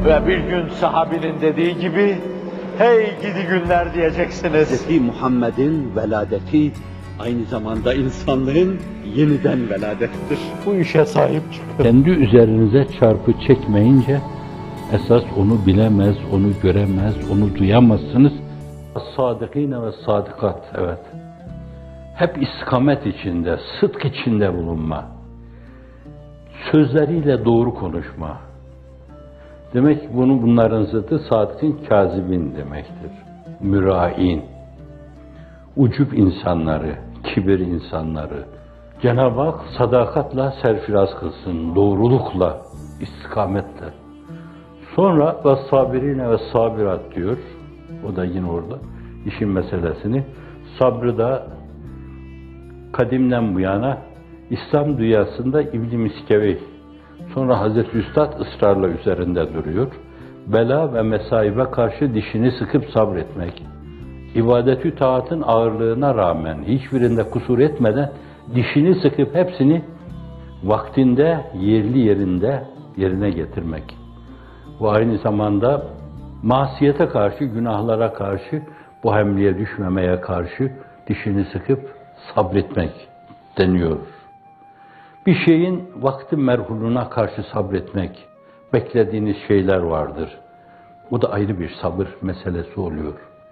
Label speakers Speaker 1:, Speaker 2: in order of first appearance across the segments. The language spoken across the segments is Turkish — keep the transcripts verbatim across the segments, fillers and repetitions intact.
Speaker 1: Ve bir gün sahabinin dediği gibi, hey gidi günler diyeceksiniz.
Speaker 2: Hazreti Muhammed'in veladeti aynı zamanda insanlığın yeniden veladettir.
Speaker 1: Bu işe sahip çıkın.
Speaker 3: Kendi üzerinize çarpı çekmeyince, esas onu bilemez, onu göremez, onu duyamazsınız. Sadıkîne ve sadikat, evet. Hep istikamet içinde, sıdk içinde bulunma. Sözleriyle doğru konuşma. Demek ki bunu, bunların zıddı sadıkîn, kâzibin demektir. Müraîn. Ucup insanları, kibir insanları. Cenab-ı Hak sadakatla serfiraz kılsın, doğrulukla, istikametle. Sonra ve sabirine ve sabirat diyor. O da yine orada işin meselesini. Sabrı da kadimden bu yana İslam dünyasında İbn-i Miskevi, sonra Hazreti Üstad ısrarla üzerinde duruyor. Bela ve mesaibe karşı dişini sıkıp sabretmek. İbadet-ü taatın ağırlığına rağmen hiçbirinde kusur etmeden dişini sıkıp hepsini vaktinde, yerli yerinde yerine getirmek. Ve aynı zamanda masiyete karşı, günahlara karşı, bu hemliğe düşmemeye karşı dişini sıkıp sabretmek deniyor. Bir şeyin vakti merhuluna karşı sabretmek, beklediğiniz şeyler vardır. O da ayrı bir sabır meselesi oluyor.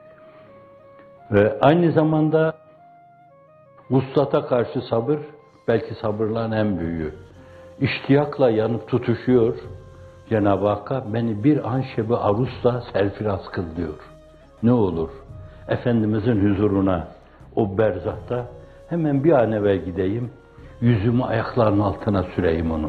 Speaker 3: Ve aynı zamanda vuslata karşı sabır, belki sabırların en büyüğü. İştiyakla yanıp tutuşuyor, Cenab-ı Hakk'a beni bir an şebi arusla serfiraz kıl diyor. Ne olur? Efendimizin huzuruna, o berzahta hemen bir an evvel gideyim, yüzümü ayaklarının altına süreyim onu.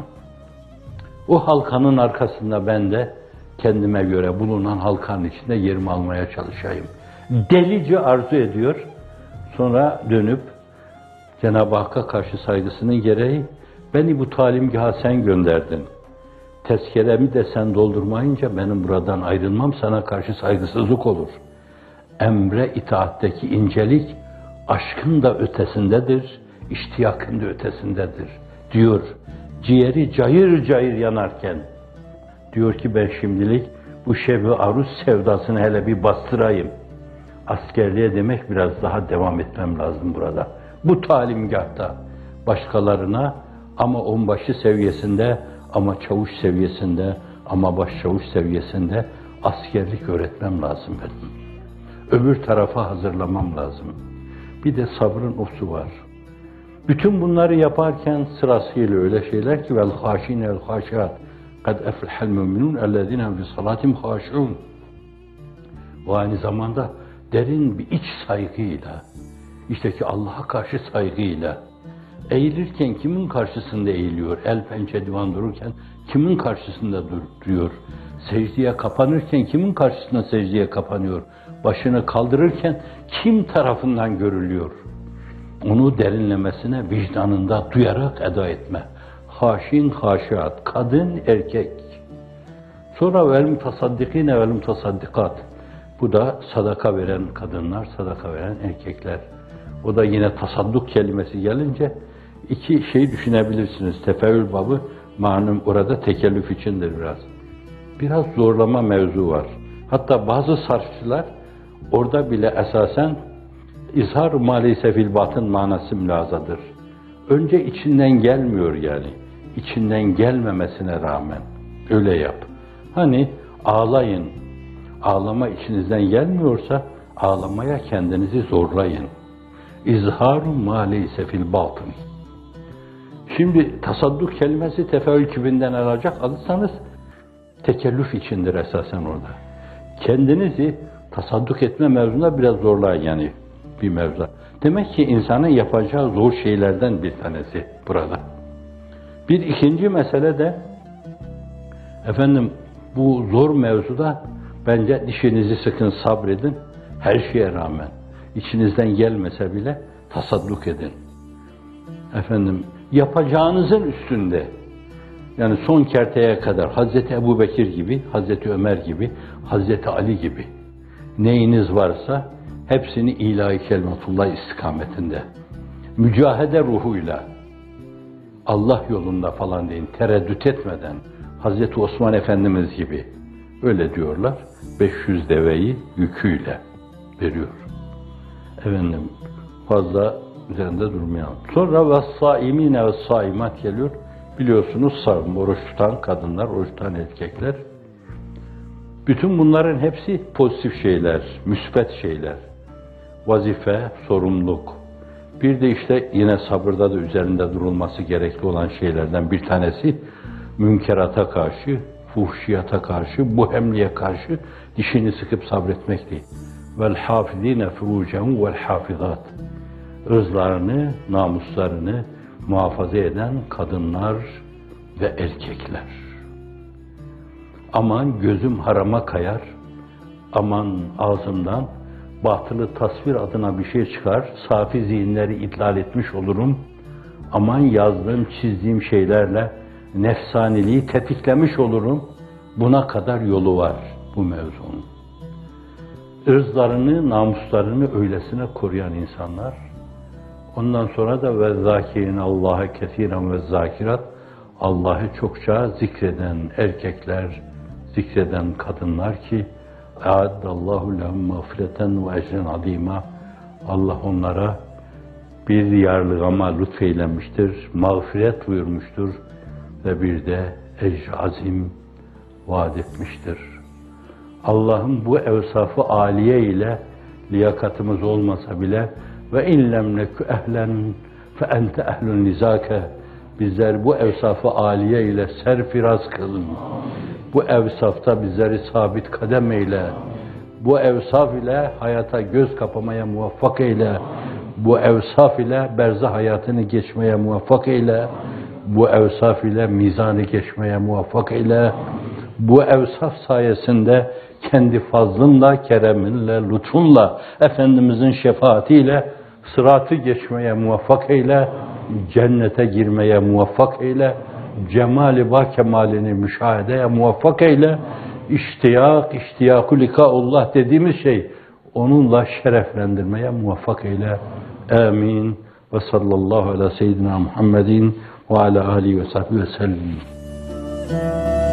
Speaker 3: O halkanın arkasında ben de kendime göre bulunan halkanın içinde yerimi almaya çalışayım. Delice arzu ediyor. Sonra dönüp Cenab-ı Hakk'a karşı saygısının gereği beni bu talimgaha sen gönderdin. Tezkeremi de sen doldurmayınca benim buradan ayrılmam sana karşı saygısızlık olur. Emre itaatteki incelik aşkın da ötesindedir, iştiyakın da ötesindedir diyor. Ciğeri cayır cayır yanarken diyor ki ben şimdilik bu şebi aruz sevdasını hele bir bastırayım. Askerliğe demek biraz daha devam etmem lazım burada. Bu talimgahta başkalarına ama onbaşı seviyesinde, ama çavuş seviyesinde, ama başçavuş seviyesinde askerlik öğretmem lazım benim. Öbür tarafa hazırlamam lazım. Bir de sabrın osu var. Bütün bunları yaparken sırasıyla öyle şeyler ki vel haşine vel haşiat kad eflehel müminun ellezine fi salatim haşun. Bu aynı zamanda derin bir iç saygıyla, işte ki Allah'a karşı saygıyla, eğilirken kimin karşısında eğiliyor, el pençe divan dururken kimin karşısında duruyor, secdeye kapanırken kimin karşısında secdeye kapanıyor, başını kaldırırken kim tarafından görülüyor, onu derinlemesine vicdanında duyarak eda etme. Haşin, haşiat, kadın, erkek. Sonra vel mutasaddikine vel mutasaddikat. Bu da sadaka veren kadınlar, sadaka veren erkekler. O da yine tasadduk kelimesi gelince iki şey düşünebilirsiniz. Tefeül babı malum orada tekellüf içindir biraz. Biraz zorlama mevzu var. Hatta bazı sarfçılar orada bile esasen izhar maleyse fil batın manası mülazadır. Önce içinden gelmiyor yani. İçinden gelmemesine rağmen öyle yap. Hani ağlayın. Ağlama içinizden gelmiyorsa ağlamaya kendinizi zorlayın. İzharu maleyse fil batın. Şimdi tasadduk kelimesi tefeül kibinden alacak alırsanız tekellüf içindir esasen orada. Kendinizi tasadduk etme mevzunda biraz zorlayın yani bir mevzu. Demek ki insanın yapacağı zor şeylerden bir tanesi burada. Bir ikinci mesele de efendim bu zor mevzuda bence dişinizi sıkın, sabredin. Her şeye rağmen içinizden gelmese bile tasadduk edin. Efendim yapacağınızın üstünde yani son kerteye kadar Hazreti Ebubekir gibi, Hazreti Ömer gibi, Hazreti Ali gibi neyiniz varsa hepsini ilahi kelimetullah istikametinde, mücahede ruhuyla, Allah yolunda falan deyin, tereddüt etmeden, Hazreti Osman Efendimiz gibi, Öyle diyorlar. beş yüz deveyi yüküyle veriyor. Efendim fazla üzerinde durmayalım. Sonra ve saimine ve saimat geliyor. Biliyorsunuz savun, oruç tutan kadınlar, oruç tutan erkekler. Bütün bunların hepsi pozitif şeyler, müsbet şeyler. Vazife, sorumluluk. Bir de işte yine sabırda da üzerinde durulması gerekli olan şeylerden bir tanesi münkerata karşı, fuhşiyata karşı, buhemliğe karşı dişini sıkıp sabretmek değil. Vel hafizine furucehum vel hafizat. Irzlarını, namuslarını muhafaza eden kadınlar ve erkekler. Aman gözüm harama kayar, aman ağzımdan batılı tasvir adına bir şey çıkar, safi zihinleri idlal etmiş olurum, aman yazdığım, çizdiğim şeylerle nefsaniliği tetiklemiş olurum, buna kadar yolu var bu mevzunun. Irzlarını, namuslarını öylesine koruyan insanlar, ondan sonra da ve zâkîrîne Allâhe kesîren ve zâkirat, Allah'ı çokça zikreden erkekler, zikreden kadınlar ki a'addallahu lehum mağfireten ve ecren azîmâ. Allah onlara bir yarlığama lütfeylemiştir, mağfiret buyurmuştur ve bir de ecr azim vaat etmiştir. Allah'ın bu evsafı âliye ile liyakatımız olmasa bile ve in lem nekü ehlen fe ente ehlun nizâke, bizler bu evsafı âliye ile serfiraz kılın. Bu evsafta bizleri sabit kadem eyle. Bu evsaf ile hayata göz kapamaya muvaffak eyle. Bu evsaf ile berzah hayatını geçmeye muvaffak eyle. Bu evsaf ile mizanı geçmeye muvaffak eyle. Bu evsaf sayesinde kendi fazlınla, kereminle, lütfunla, Efendimizin şefaatiyle sıratı geçmeye muvaffak eyle, cennete girmeye muvaffak eyle, cemali ba kemalini müşahedeye muvaffak eyle, iştiyak, iştiyaku likaullah dediğimiz şey, onunla şereflendirmeye muvaffak eyle. Amin. Ve sallallahu ala seyyidina Muhammedin ve ala alihi ve sahbihi ve sellem.